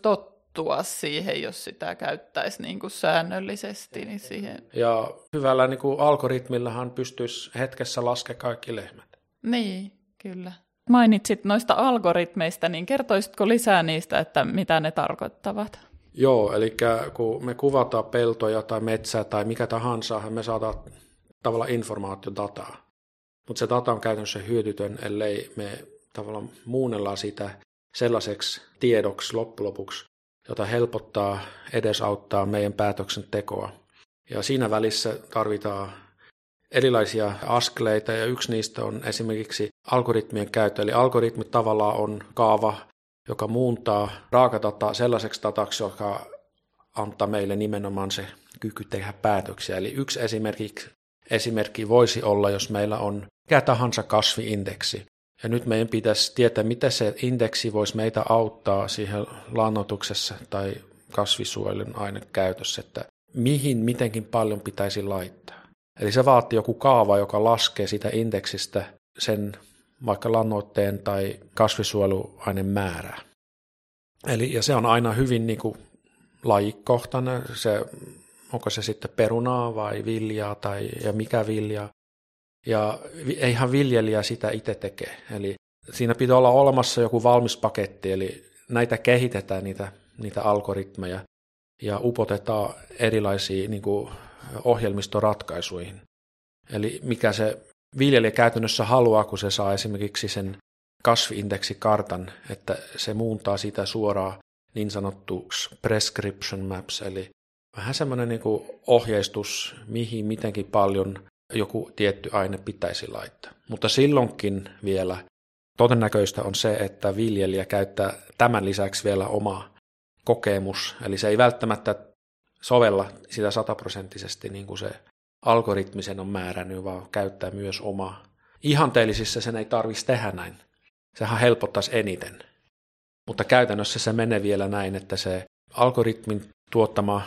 Speaker 1: tottua siihen, jos sitä käyttäisi niin kuin säännöllisesti. Niin siihen.
Speaker 3: Ja hyvällä niin kuin algoritmillahan pystyisi hetkessä laskemaan kaikki lehmät.
Speaker 1: Niin, kyllä. Mainitsit noista algoritmeista, niin kertoisitko lisää niistä, että mitä ne tarkoittavat?
Speaker 3: Joo, eli kun me kuvataan peltoja tai metsää tai mikä tahansa, me saadaan tavallaan informaatiodataa. Mutta se data on käytännössä hyödytön, ellei me tavallaan muunnellaan sitä sellaiseksi tiedoksi loppujen lopuksi, jota helpottaa, edesauttaa meidän päätöksentekoa. Ja siinä välissä tarvitaan erilaisia askeleita, ja yksi niistä on esimerkiksi algoritmien käyttö. Eli algoritmit tavallaan on kaava, joka muuntaa raakadataa sellaiseksi dataksi, joka antaa meille nimenomaan se kyky tehdä päätöksiä. Eli yksi esimerkki voisi olla, jos meillä on mikä tahansa kasvi-indeksi. Ja nyt meidän pitäisi tietää, miten se indeksi voisi meitä auttaa siihen lannoituksessa tai kasvisuojelun ainekäytössä, että mihin mitenkin paljon pitäisi laittaa. Eli se vaatii joku kaava, joka laskee sitä indeksistä sen vaikka lannoitteen tai kasvisuojeluaineen määrää. Ja se on aina hyvin niin kuin lajikohtainen, onko se sitten perunaa vai viljaa ja mikä vilja. Ja eihän viljelijä sitä itse tekee. Eli siinä pitää olla olemassa joku valmis paketti, eli näitä kehitetään niitä algoritmeja ja upotetaan erilaisiin niin kuin ohjelmistoratkaisuihin. Eli mikä se viljelijä käytännössä haluaa, kun se saa esimerkiksi sen kasvi-indeksikartan, että se muuntaa sitä suoraan niin sanottuksi prescription maps, eli vähän semmoinen niin kuin ohjeistus, mihin mitenkin paljon joku tietty aine pitäisi laittaa. Mutta silloinkin vielä todennäköistä on se, että viljelijä käyttää tämän lisäksi vielä oma kokemus, eli se ei välttämättä sovella sitä 100% niin kuin se algoritmisen on määrännyt, vaan käyttää myös omaa. Ihanteellisissa sen ei tarvitsisi tehdä näin. Sehän helpottaisi eniten. Mutta käytännössä se menee vielä näin, että se algoritmin tuottama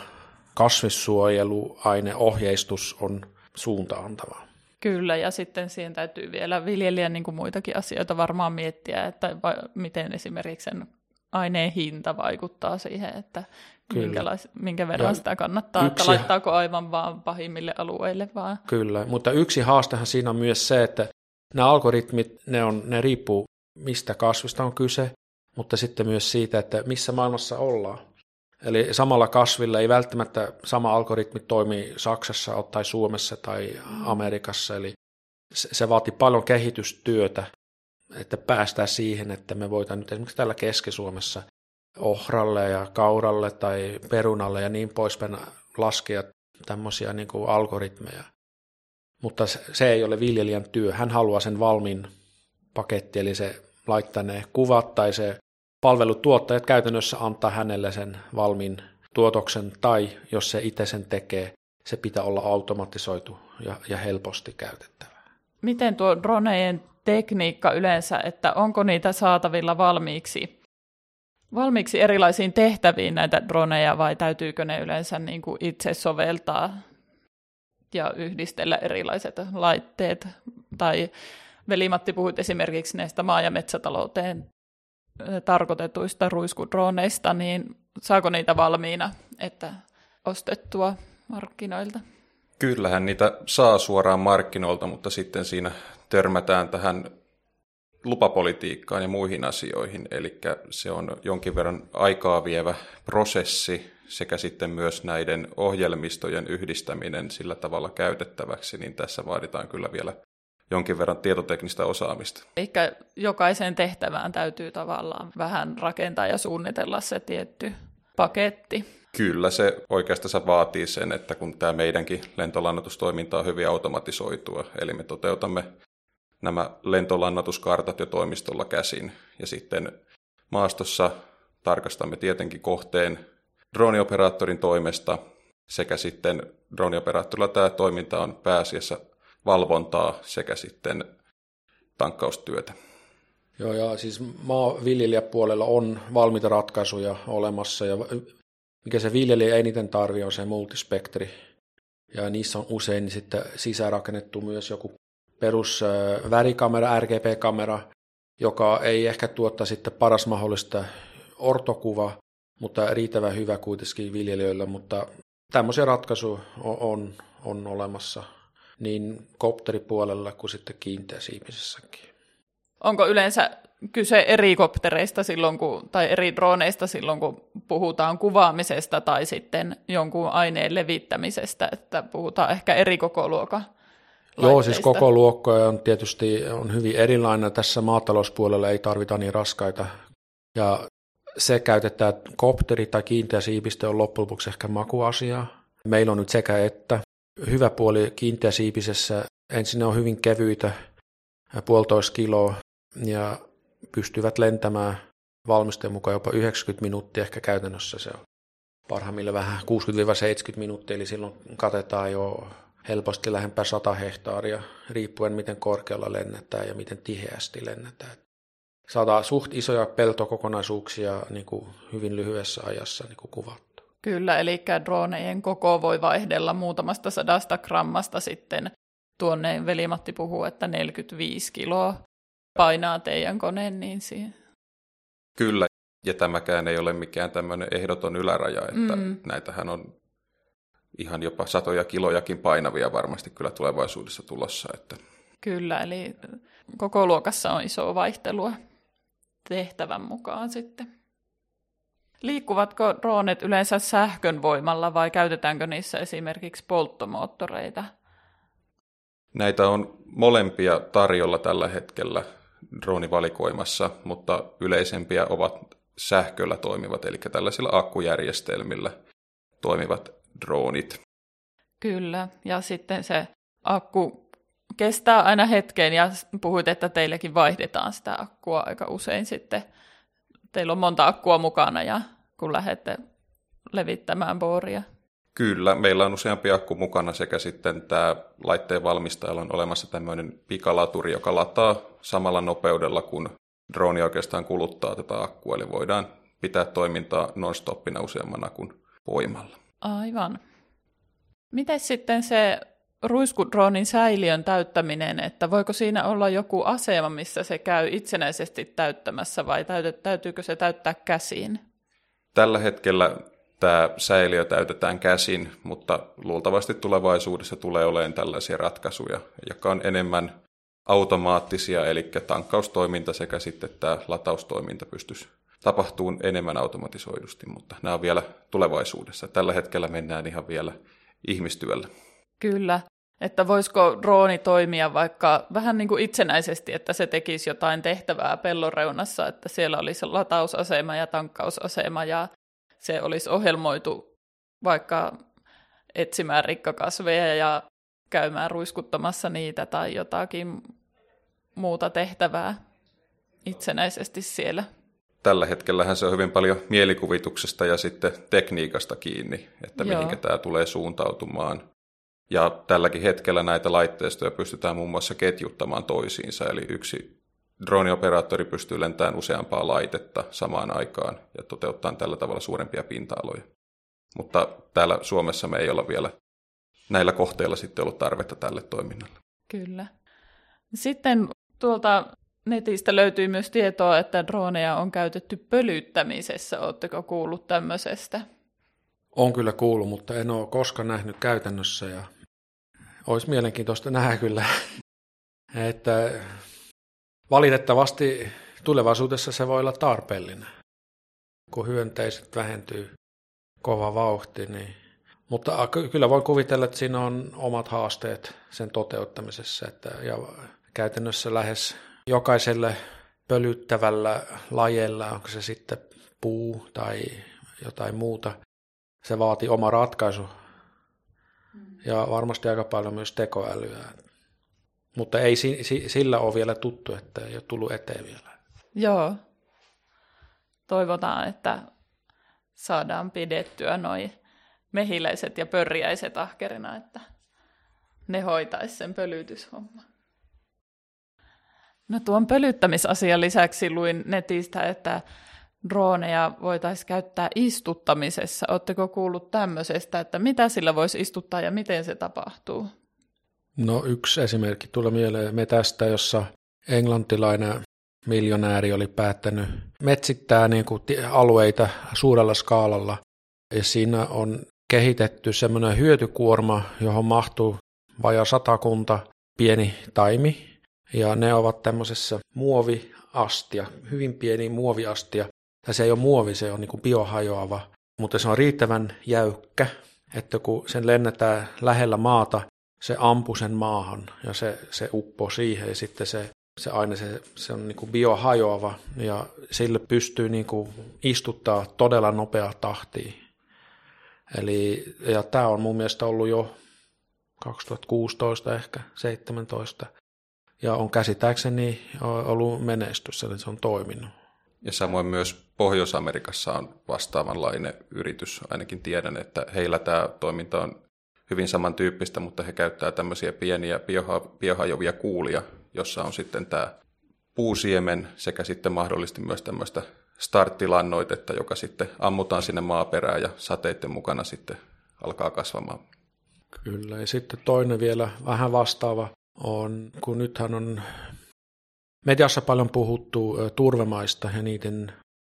Speaker 3: kasvissuojeluaineohjeistus on suuntaantavaa.
Speaker 1: Kyllä, ja sitten siihen täytyy vielä viljelijän niin kuin muitakin asioita varmaan miettiä, että miten esimerkiksi sen aineen hinta vaikuttaa siihen, että minkä verran sitä kannattaa, että laittaako aivan vaan pahimmille alueille vaan.
Speaker 3: Kyllä, mutta yksi haastehan siinä on myös se, että nämä algoritmit, ne riippuu mistä kasvista on kyse, mutta sitten myös siitä, että missä maailmassa ollaan. Eli samalla kasvilla ei välttämättä sama algoritmi toimi Saksassa tai Suomessa tai Amerikassa, eli se vaatii paljon kehitystyötä, että päästään siihen, että me voidaan nyt esimerkiksi täällä Keski-Suomessa ohralle ja kauralle tai perunalle ja niin poispäin laskea tämmöisiä niin kuin algoritmeja. Mutta se ei ole viljelijän työ. Hän haluaa sen valmiin paketti, eli se laittaa ne kuvat tai se palvelutuottajat käytännössä antaa hänelle sen valmiin tuotoksen, tai jos se itse sen tekee, se pitää olla automatisoitu ja helposti käytettävää.
Speaker 1: Miten tuo dronejen tekniikka yleensä, että onko niitä saatavilla valmiiksi erilaisiin tehtäviin näitä droneja, vai täytyykö ne yleensä niin kuin itse soveltaa ja yhdistellä erilaiset laitteet? Tai Veli-Matti, puhuit esimerkiksi näistä maa- ja metsätalouteen tarkoitetuista ruiskudroneista, niin saako niitä valmiina, että ostettua markkinoilta?
Speaker 2: Kyllähän niitä saa suoraan markkinoilta, mutta sitten siinä törmätään tähän lupapolitiikkaan ja muihin asioihin, eli se on jonkin verran aikaa vievä prosessi sekä sitten myös näiden ohjelmistojen yhdistäminen sillä tavalla käytettäväksi, niin tässä vaaditaan kyllä vielä jonkin verran tietoteknistä osaamista. Eikä
Speaker 1: jokaisen tehtävään täytyy tavallaan vähän rakentaa ja suunnitella se tietty paketti.
Speaker 2: Kyllä se oikeastaan vaatii sen, että kun tämä meidänkin lentolannoitustoiminta on hyvin automatisoitua, eli me toteutamme nämä lentolannoituskartat jo toimistolla käsin, ja sitten maastossa tarkastamme tietenkin kohteen droonioperaattorin toimesta, sekä sitten droonioperaattorilla tämä toiminta on pääasiassa valvontaa sekä sitten tankkaustyötä.
Speaker 3: Joo, ja siis maanviljelijäpuolella on valmiita ratkaisuja olemassa, ja mikä se viljelijä eniten tarvitsee on se multispektri, ja niissä on usein sitten sisäänrakennettu myös joku perus värikamera, RGB-kamera, joka ei ehkä tuottaa sitten paras mahdollista ortokuvaa, mutta riittävän hyvä kuitenkin viljelijöillä, mutta tämmöisiä ratkaisuja on olemassa niin kopteripuolella kuin sitten kiinteäsiipisessäkin.
Speaker 1: Onko yleensä kyse eri koptereista silloin, tai eri droneista silloin, kun puhutaan kuvaamisesta tai sitten jonkun aineen levittämisestä, että puhutaan ehkä eri kokoluokan laitteista?
Speaker 3: Joo, siis koko luokka on tietysti hyvin erilainen. Tässä maatalouspuolella ei tarvita niin raskaita. Ja se käytetään, kopteri tai kiinteäsiipistö on loppujen lopuksi ehkä makuasia. Meillä on nyt sekä että. Hyvä puoli kiinteäsiipisessä, ensin ne on hyvin kevyitä, 1,5 kiloa, ja pystyvät lentämään valmisteen mukaan jopa 90 minuuttia, ehkä käytännössä se on parhaimmillaan vähän 60-70 minuuttia, eli silloin katetaan jo helposti lähempää 100 hehtaaria, riippuen miten korkealla lennetään ja miten tiheästi lennetään. Saadaan suht isoja peltokokonaisuuksia niin kuin hyvin lyhyessä ajassa niin kuin kuvattu.
Speaker 1: Kyllä, eli dronejen koko voi vaihdella muutamasta 100 grammasta sitten. Tuonne Veli-Matti puhuu, että 45 kiloa painaa teidän koneen, niin siihen.
Speaker 2: Kyllä, ja tämäkään ei ole mikään tämmöinen ehdoton yläraja, että näitähän on ihan jopa satoja kilojakin painavia varmasti kyllä tulevaisuudessa tulossa. Että.
Speaker 1: Kyllä, eli koko luokassa on isoa vaihtelua tehtävän mukaan sitten. Liikkuvatko dronet yleensä sähkön voimalla vai käytetäänkö niissä esimerkiksi polttomoottoreita?
Speaker 2: Näitä on molempia tarjolla tällä hetkellä droonivalikoimassa, mutta yleisempiä ovat sähköllä toimivat, eli tällaisilla akkujärjestelmillä toimivat droonit.
Speaker 1: Kyllä, ja sitten se akku kestää aina hetken, ja puhuit, että teillekin vaihdetaan sitä akkua aika usein sitten. Teillä on monta akkua mukana, ja kun lähdette levittämään booria.
Speaker 2: Kyllä, meillä on useampi akku mukana sekä sitten tämä laitteen valmistajalla on olemassa tämmöinen pikalaturi, joka lataa samalla nopeudella, kun drooni oikeastaan kuluttaa tätä akkua, eli voidaan pitää toimintaa non-stoppina useamman akun voimalla.
Speaker 1: Aivan. Miten sitten se ruiskudroonin säiliön täyttäminen, että voiko siinä olla joku asema, missä se käy itsenäisesti täyttämässä vai täytyykö se täyttää käsiin?
Speaker 2: Tällä hetkellä tämä säiliö täytetään käsin, mutta luultavasti tulevaisuudessa tulee olemaan tällaisia ratkaisuja, jotka on enemmän automaattisia, eli tankkaustoiminta sekä sitten tämä lataustoiminta pystyisi tapahtumaan enemmän automatisoidusti, mutta nämä on vielä tulevaisuudessa. Tällä hetkellä mennään ihan vielä ihmistyöllä. Kyllä,
Speaker 1: että voisiko drooni toimia vaikka vähän niin kuin itsenäisesti, että se tekisi jotain tehtävää pellon reunassa, että siellä olisi latausasema ja tankkausasema ja se olisi ohjelmoitu vaikka etsimään rikkakasveja ja käymään ruiskuttamassa niitä tai jotakin muuta tehtävää itsenäisesti siellä.
Speaker 2: Tällä hetkellähän se on hyvin paljon mielikuvituksesta ja sitten tekniikasta kiinni, että mihinkä tämä tulee suuntautumaan. Ja tälläkin hetkellä näitä laitteistoja pystytään muun muassa ketjuttamaan toisiinsa, eli yksi droonioperaattori pystyy lentämään useampaa laitetta samaan aikaan ja toteuttaa tällä tavalla suurempia pinta-aloja. Mutta täällä Suomessa me ei olla vielä näillä kohteilla sitten ollut tarvetta tälle toiminnalle.
Speaker 1: Kyllä. Sitten tuolta netistä löytyy myös tietoa, että droneja on käytetty pölyttämisessä. Oletteko kuullut tämmöisestä?
Speaker 3: On kyllä kuullut, mutta en ole koskaan nähnyt käytännössä ja olisi mielenkiintoista nähdä kyllä, että valitettavasti tulevaisuudessa se voi olla tarpeellinen, kun hyönteiset vähentyy kova vauhti. Niin. Mutta kyllä voin kuvitella, että siinä on omat haasteet sen toteuttamisessa. Ja käytännössä lähes jokaiselle pölyttävällä lajeella, onko se sitten puu tai jotain muuta, se vaatii oma ratkaisu. Ja varmasti aika paljon myös tekoälyä. Mutta ei sillä ole vielä tuttu, että ei ole tullut eteen vielä.
Speaker 1: Joo. Toivotaan, että saadaan pidettyä noi mehiläiset ja pörjäiset ahkerina, että ne hoitaisi sen pölytyshomman. No tuon pölyttämisasian lisäksi luin netistä, että droneja voitaisiin käyttää istuttamisessa. Oletteko kuullut tämmöisestä, että mitä sillä voisi istuttaa ja miten se tapahtuu?
Speaker 3: No yksi esimerkki tulee mieleen metästä, jossa englantilainen miljonääri oli päättänyt metsittää niin kuin alueita suurella skaalalla. Ja siinä on kehitetty semmoinen hyötykuorma, johon mahtuu vajaa 100 pieni taimi. Ja ne ovat tämmöisessä muoviastia, hyvin pieni muoviastia. Ja se ei ole muovi, se on niin kuin biohajoava, mutta se on riittävän jäykkä, että kun sen lennetään lähellä maata, se ampuu sen maahan ja se uppoo siihen ja sitten se aine se on niin kuin biohajoava ja sille pystyy niin kuin istuttaa todella nopea tahtiin. Ja tämä on mun mielestä ollut jo 2016 ehkä 2017 ja on käsittääkseni ollut menestys, eli se on toiminut.
Speaker 2: Ja samoin myös Pohjois-Amerikassa on vastaavanlainen yritys. Ainakin tiedän, että heillä tämä toiminta on hyvin samantyyppistä, mutta he käyttää tämmöisiä pieniä biohajoavia kuulia, jossa on sitten tämä puusiemen sekä sitten mahdollisesti myös tämmöistä starttilannoitetta, joka sitten ammutaan sinne maaperään ja sateiden mukana sitten alkaa kasvamaan.
Speaker 3: Kyllä, ja sitten toinen vielä vähän vastaava on, kun nythän on mediassa paljon puhuttu turvemaista ja niiden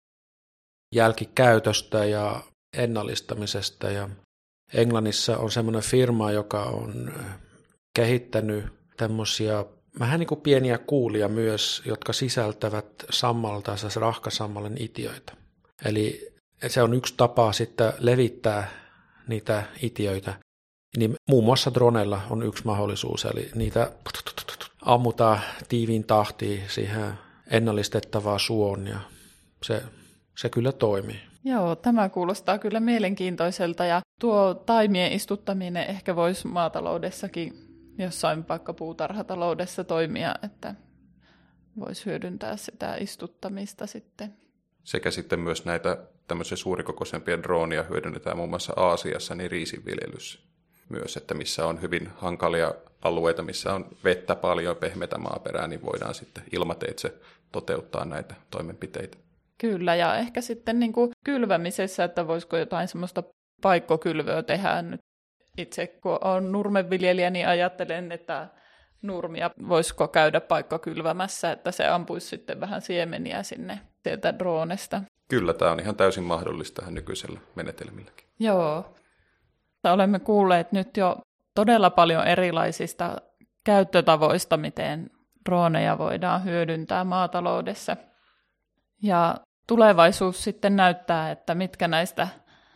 Speaker 3: jälkikäytöstä ja ennallistamisesta. Ja Englannissa on semmoinen firma, joka on kehittänyt tämmöisiä vähän niin kuin pieniä kuulia myös, jotka sisältävät sammaltaansa rahkasammalin itiöitä. Eli se on yksi tapa sitten levittää niitä itiöitä. Niin muun muassa droneilla on yksi mahdollisuus, eli niitä ammutaan tiiviin tahtiin siihen ennallistettavaan suon ja se kyllä toimii.
Speaker 1: Joo, tämä kuulostaa kyllä mielenkiintoiselta ja tuo taimien istuttaminen ehkä voisi maataloudessakin jossain vaikka puutarhataloudessa toimia, että voisi hyödyntää sitä istuttamista sitten.
Speaker 2: Sekä sitten myös näitä tämmöisiä suurikokoisempia droonia hyödynnetään muun muassa Aasiassa, niin riisinviljelyssä myös, että missä on hyvin hankalia alueita, missä on vettä paljon, pehmeätä maaperää, niin voidaan sitten ilmateitse toteuttaa näitä toimenpiteitä.
Speaker 1: Kyllä, ja ehkä sitten niin kuin kylvämisessä, että voisiko jotain semmoista paikkokylvöä tehdä nyt. Itse kun olen nurmenviljelijä, niin ajattelen, että nurmia voisiko käydä paikkakylvämässä, että se ampuisi sitten vähän siemeniä sinne sieltä droonesta.
Speaker 2: Kyllä, tämä on ihan täysin mahdollista tähän nykyisellä menetelmilläkin.
Speaker 1: Joo. Olemme kuulleet nyt jo todella paljon erilaisista käyttötavoista, miten drooneja voidaan hyödyntää maataloudessa. Ja tulevaisuus sitten näyttää, että mitkä näistä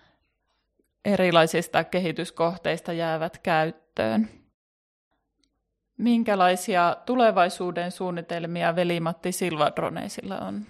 Speaker 1: erilaisista kehityskohteista jäävät käyttöön. Minkälaisia tulevaisuuden suunnitelmia Veli-Matti Silva-droneisilla on?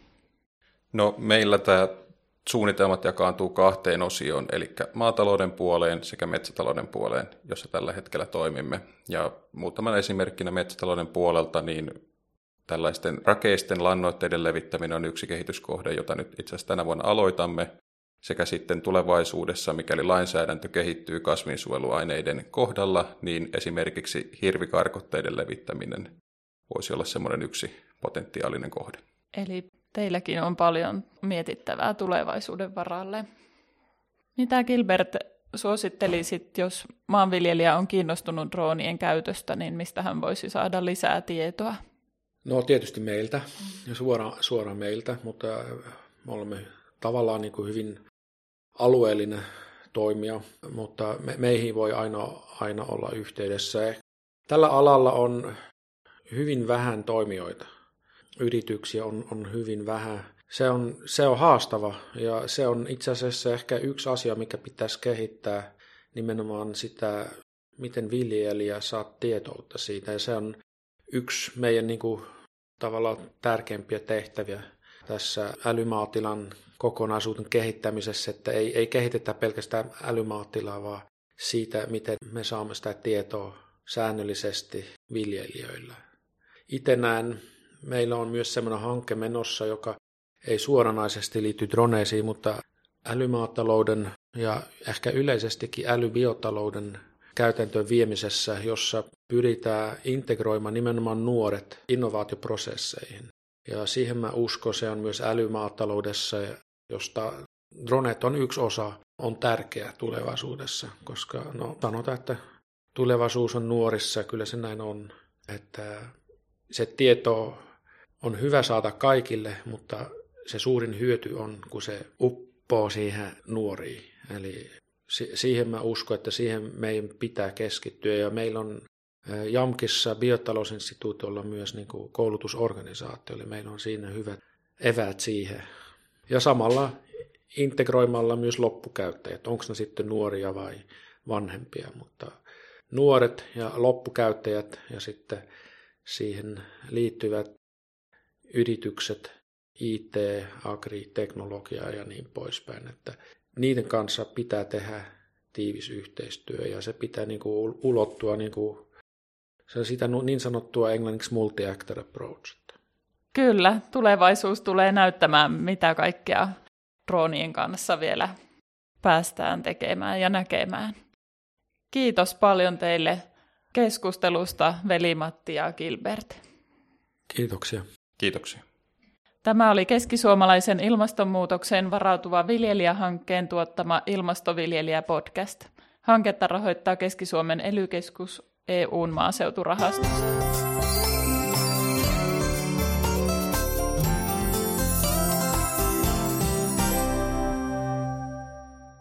Speaker 2: No meillä tämä suunnitelmat jakaantuu 2 osioon, eli maatalouden puoleen sekä metsätalouden puoleen, jossa tällä hetkellä toimimme. Ja muutaman esimerkkinä metsätalouden puolelta, niin tällaisten rakeisten lannoitteiden levittäminen on yksi kehityskohde, jota nyt itse asiassa tänä vuonna aloitamme, sekä sitten tulevaisuudessa, mikäli lainsäädäntö kehittyy kasvinsuojeluaineiden kohdalla, niin esimerkiksi hirvikarkotteiden levittäminen voisi olla semmoinen yksi potentiaalinen kohde.
Speaker 1: Eli teilläkin on paljon mietittävää tulevaisuuden varalle. Mitä Gilbert suosittelisit, jos maanviljelijä on kiinnostunut droonien käytöstä, niin mistä hän voisi saada lisää tietoa?
Speaker 3: No tietysti meiltä, ja suoraan meiltä, mutta me olemme tavallaan niin kuin hyvin alueellinen toimija, mutta meihin voi aina olla yhteydessä. Tällä alalla on hyvin vähän toimijoita. Yrityksiä on hyvin vähän. Se on haastava ja se on itse asiassa ehkä yksi asia, mikä pitäisi kehittää nimenomaan sitä, miten viljelijä saa tietoutta siitä. Ja se on yksi meidän niin kuin, tavallaan tärkeimpiä tehtäviä tässä älymaatilan kokonaisuuden kehittämisessä, että ei kehitetä pelkästään älymaatilaa, vaan siitä, miten me saamme sitä tietoa säännöllisesti viljelijöillä. Itse näen, meillä on myös sellainen hanke menossa, joka ei suoranaisesti liity droneisiin, mutta älymaatalouden ja ehkä yleisestikin älybiotalouden käytäntöön viemisessä, jossa pyritään integroimaan nimenomaan nuoret innovaatioprosesseihin. Ja siihen mä uskon, se on myös älymaataloudessa, josta dronet on yksi osa, on tärkeä tulevaisuudessa, koska sanotaan, että tulevaisuus on nuorissa, kyllä se näin on, että se tieto on hyvä saada kaikille, mutta se suurin hyöty on, kun se uppoo siihen nuoriin. Eli siihen mä uskon, että siihen meidän pitää keskittyä. Ja meillä on JAMKissa biotalousinstituutiolla myös niin kuin koulutusorganisaatio, eli meillä on siinä hyvät eväät siihen. Ja samalla integroimalla myös loppukäyttäjät, onko ne sitten nuoria vai vanhempia, mutta nuoret ja loppukäyttäjät ja sitten siihen liittyvät yritykset, IT, agri, teknologia ja niin poispäin, että niiden kanssa pitää tehdä tiivis yhteistyö ja se pitää niin kuin ulottua niin kuin, se on sitä niin sanottua englanniksi multi-actor approach.
Speaker 1: Kyllä, tulevaisuus tulee näyttämään, mitä kaikkea droonien kanssa vielä päästään tekemään ja näkemään. Kiitos paljon teille keskustelusta, Veli-Matti ja Gilbert.
Speaker 3: Kiitoksia.
Speaker 2: Kiitoksia.
Speaker 1: Tämä oli keskisuomalaisen ilmastonmuutokseen varautuva viljelijähankkeen tuottama Ilmastoviljelijä-podcast. Hanketta rahoittaa Keski-Suomen ELY-keskus EU:n maaseuturahastosta.